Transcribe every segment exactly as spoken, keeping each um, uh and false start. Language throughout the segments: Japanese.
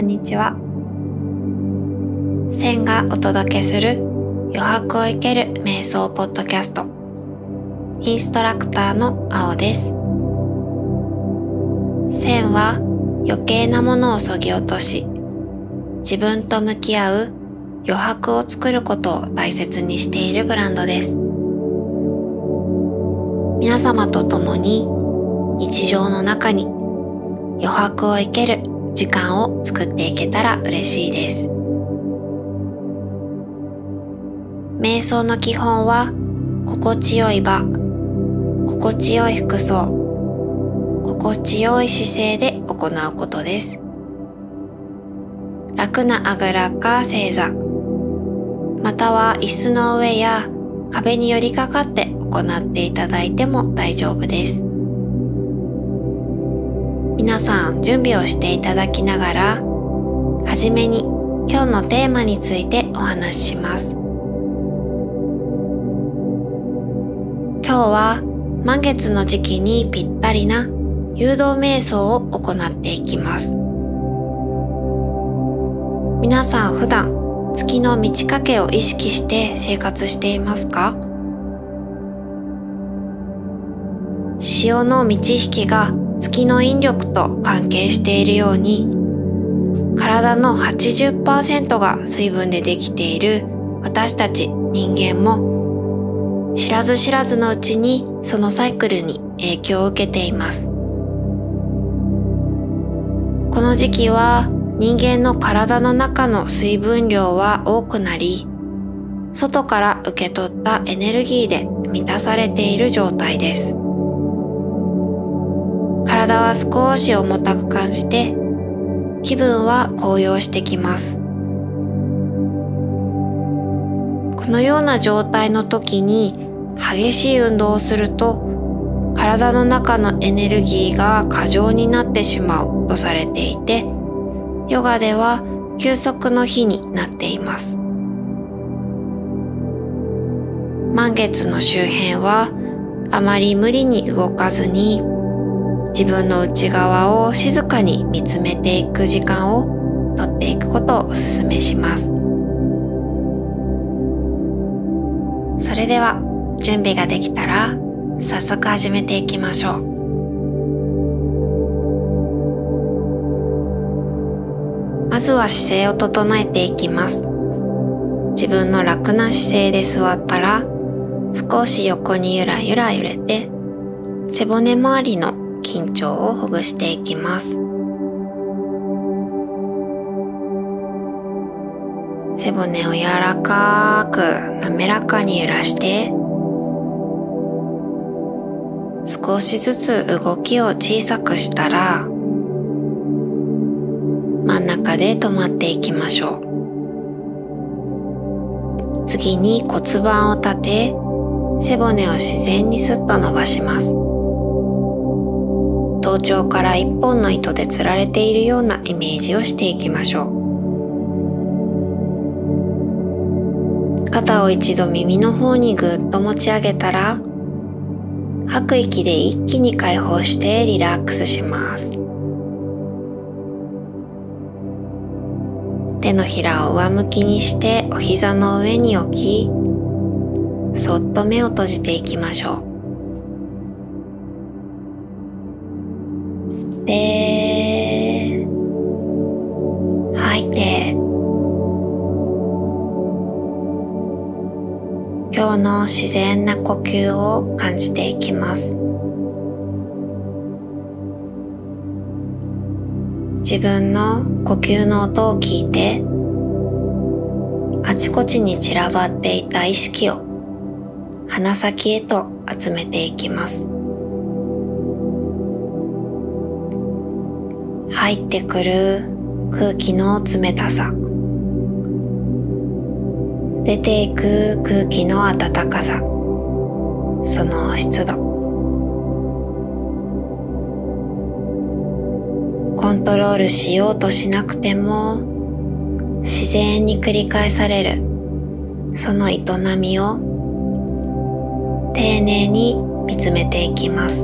んにちは。千がお届けする余白を生ける瞑想ポッドキャスト、インストラクターのあおです。千は余計なものを削ぎ落とし、自分と向き合う余白を作ることを大切にしているブランドです。皆様と共に日常の中に余白を生ける時間を作っていけたら嬉しいです。瞑想の基本は心地よい場、心地よい服装、心地よい姿勢で行うことです。楽なあぐらか正座、または椅子の上や壁に寄りかかって行っていただいても大丈夫です。皆さん準備をしていただきながら、はじめに今日のテーマについてお話しします。今日は満月の時期にぴったりな誘導瞑想を行っていきます。皆さん普段月の満ち欠けを意識して生活していますか？潮の満ち引きが月の引力と関係しているように、体の はちじゅっパーセント が水分でできている私たち人間も、知らず知らずのうちにそのサイクルに影響を受けています。この時期は人間の体の中の水分量は多くなり、外から受け取ったエネルギーで満たされている状態です。体は少し重たく感じて、気分は高揚してきます。このような状態の時に激しい運動をすると、体の中のエネルギーが過剰になってしまうとされていて、ヨガでは休息の日になっています。満月の周辺はあまり無理に動かずに、自分の内側を静かに見つめていく時間をとっていくことをお勧めします。それでは準備ができたら早速始めていきましょう。まずは姿勢を整えていきます。自分の楽な姿勢で座ったら、少し横にゆらゆら揺れて、背骨周りの緊張をほぐしていきます。背骨を柔らかく滑らかに揺らして、少しずつ動きを小さくしたら、真ん中で止まっていきましょう。次に骨盤を立て、背骨を自然にスッと伸ばします。頭頂から一本の糸でつられているようなイメージをしていきましょう。肩を一度耳の方にぐっと持ち上げたら、吐く息で一気に解放してリラックスします。手のひらを上向きにしてお膝の上に置き、そっと目を閉じていきましょう。吸って、吐いて、今日の自然な呼吸を感じていきます。自分の呼吸の音を聞いて、あちこちに散らばっていた意識を鼻先へと集めていきます。入ってくる空気の冷たさ、出ていく空気の暖かさ、その湿度、コントロールしようとしなくても自然に繰り返されるその営みを丁寧に見つめていきます。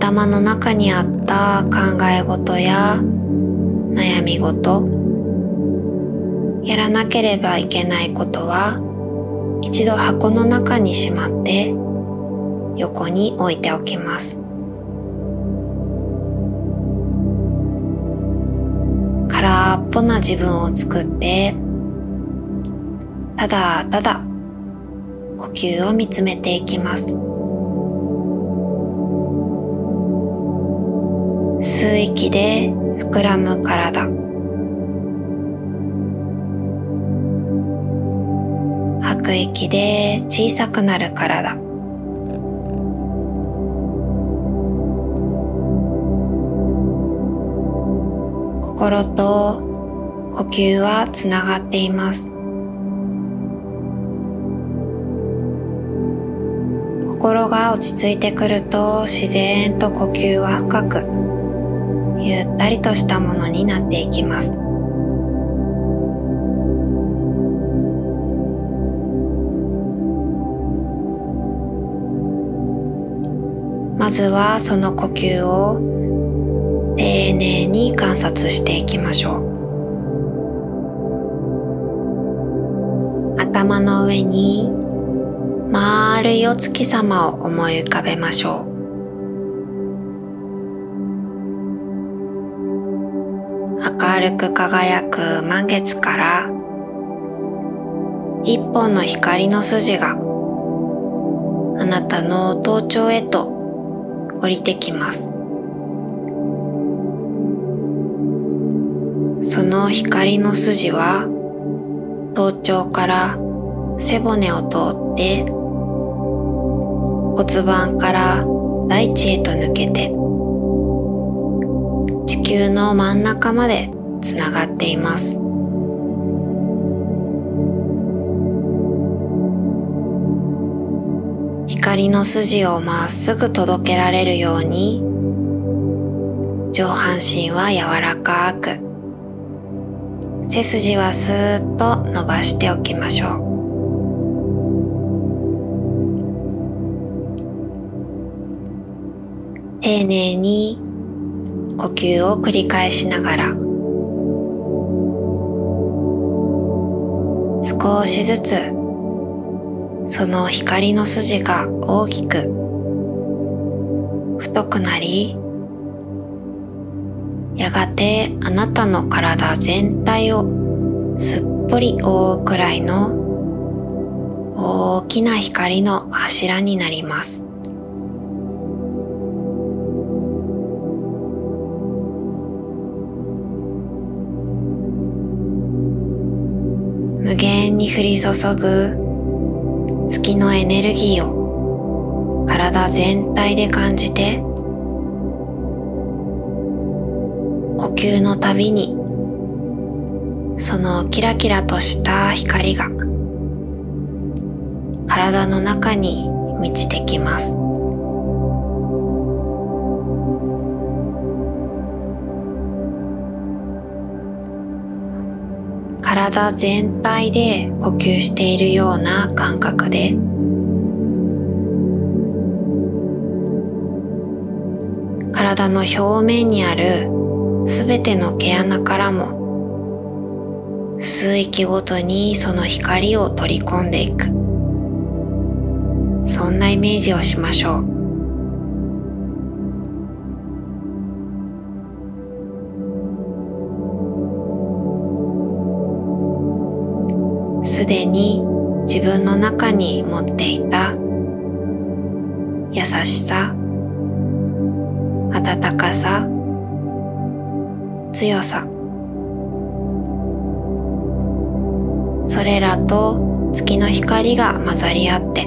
頭の中にあった考え事や悩み事、やらなければいけないことは一度箱の中にしまって横に置いておきます。空っぽな自分を作って、ただただ呼吸を見つめていきます。吸う息で膨らむ体、吐く息で小さくなる体、心と呼吸はつながっています。心が落ち着いてくると自然と呼吸は深く、ゆったりとしたものになっていきます。まずはその呼吸を丁寧に観察していきましょう。頭の上に丸いお月様を思い浮かべましょう。明るく輝く満月から一本の光の筋があなたの頭頂へと降りてきます。その光の筋は頭頂から背骨を通って骨盤から大地へと抜けて地球の真ん中までつながっています。光の筋をまっすぐ届けられるように上半身は柔らかく、背筋はスーッと伸ばしておきましょう。丁寧に呼吸を繰り返しながら少しずつその光の筋が大きく太くなり、やがてあなたの体全体をすっぽり覆うくらいの大きな光の柱になります。無限に降り注ぐ月のエネルギーを体全体で感じて、呼吸のたびにそのキラキラとした光が体の中に満ちてきます。体全体で呼吸しているような感覚で、体の表面にあるすべての毛穴からも吸う息ごとにその光を取り込んでいく、そんなイメージをしましょう。すでに自分の中に持っていた優しさ、温かさ、強さ、それらと月の光が混ざり合って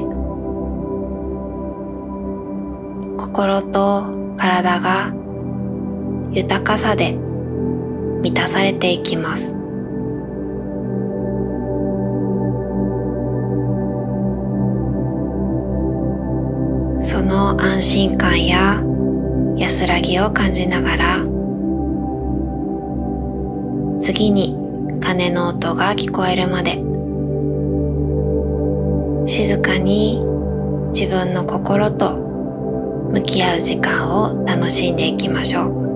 心と体が豊かさで満たされていきます。その安心感や安らぎを感じながら、次に鐘の音が聞こえるまで静かに自分の心と向き合う時間を楽しんでいきましょう。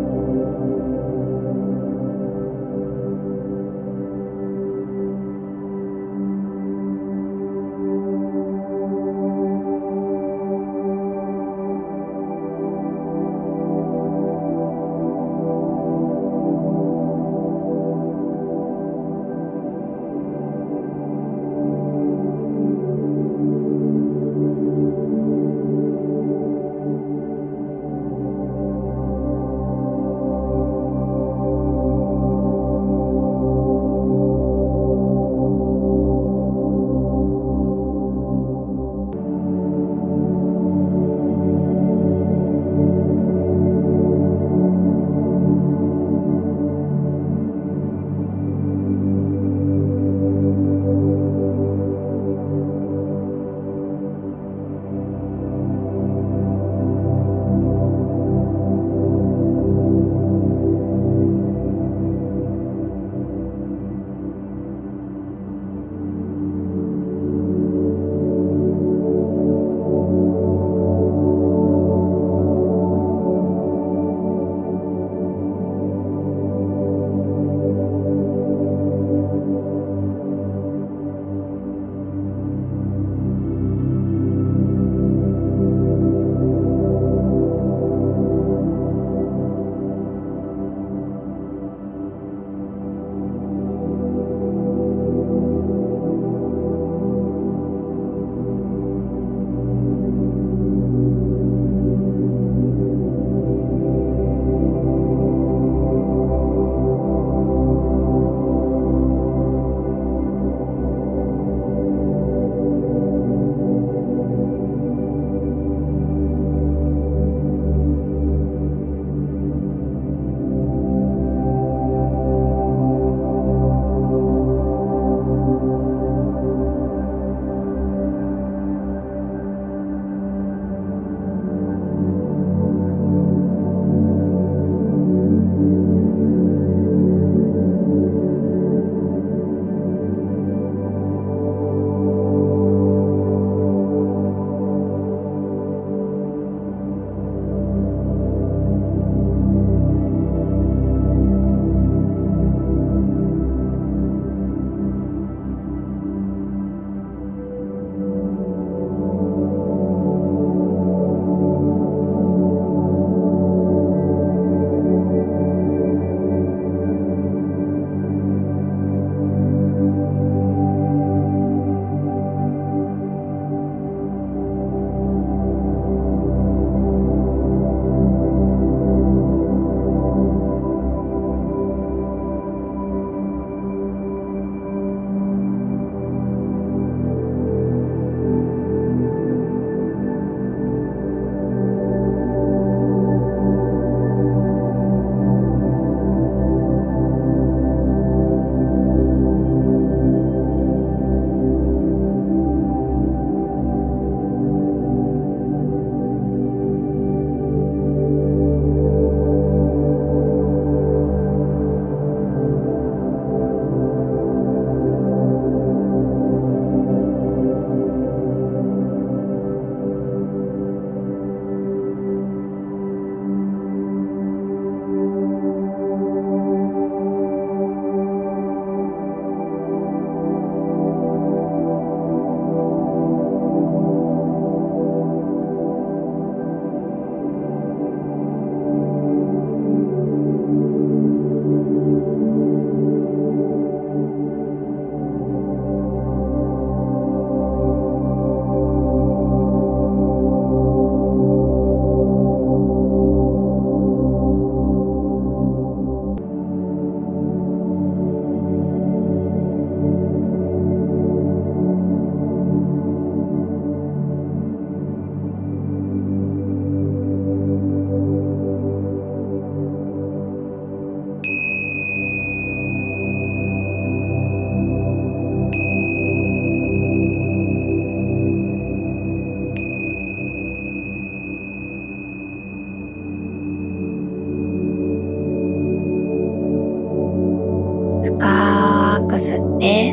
深く吸って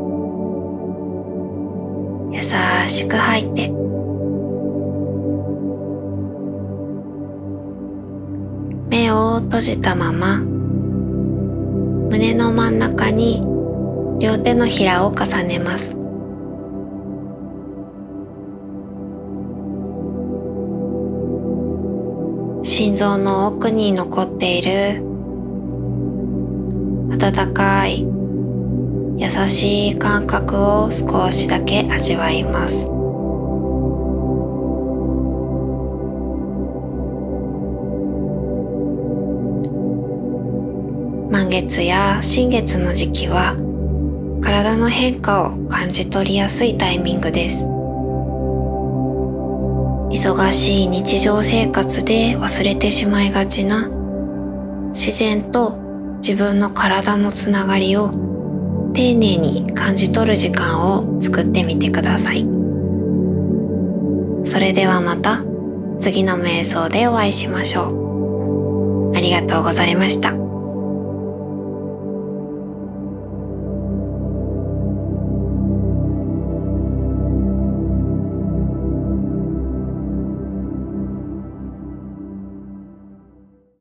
優しく吐いて、 目を閉じたまま、胸の真ん中に両手のひらを重ねます。心臓の奥に残っている温かい優しい感覚を少しだけ味わいます。満月や新月の時期は体の変化を感じ取りやすいタイミングです。忙しい日常生活で忘れてしまいがちな自然と自分の体のつながりを丁寧に感じ取る時間を作ってみてください。それではまた次の瞑想でお会いしましょう。ありがとうございました。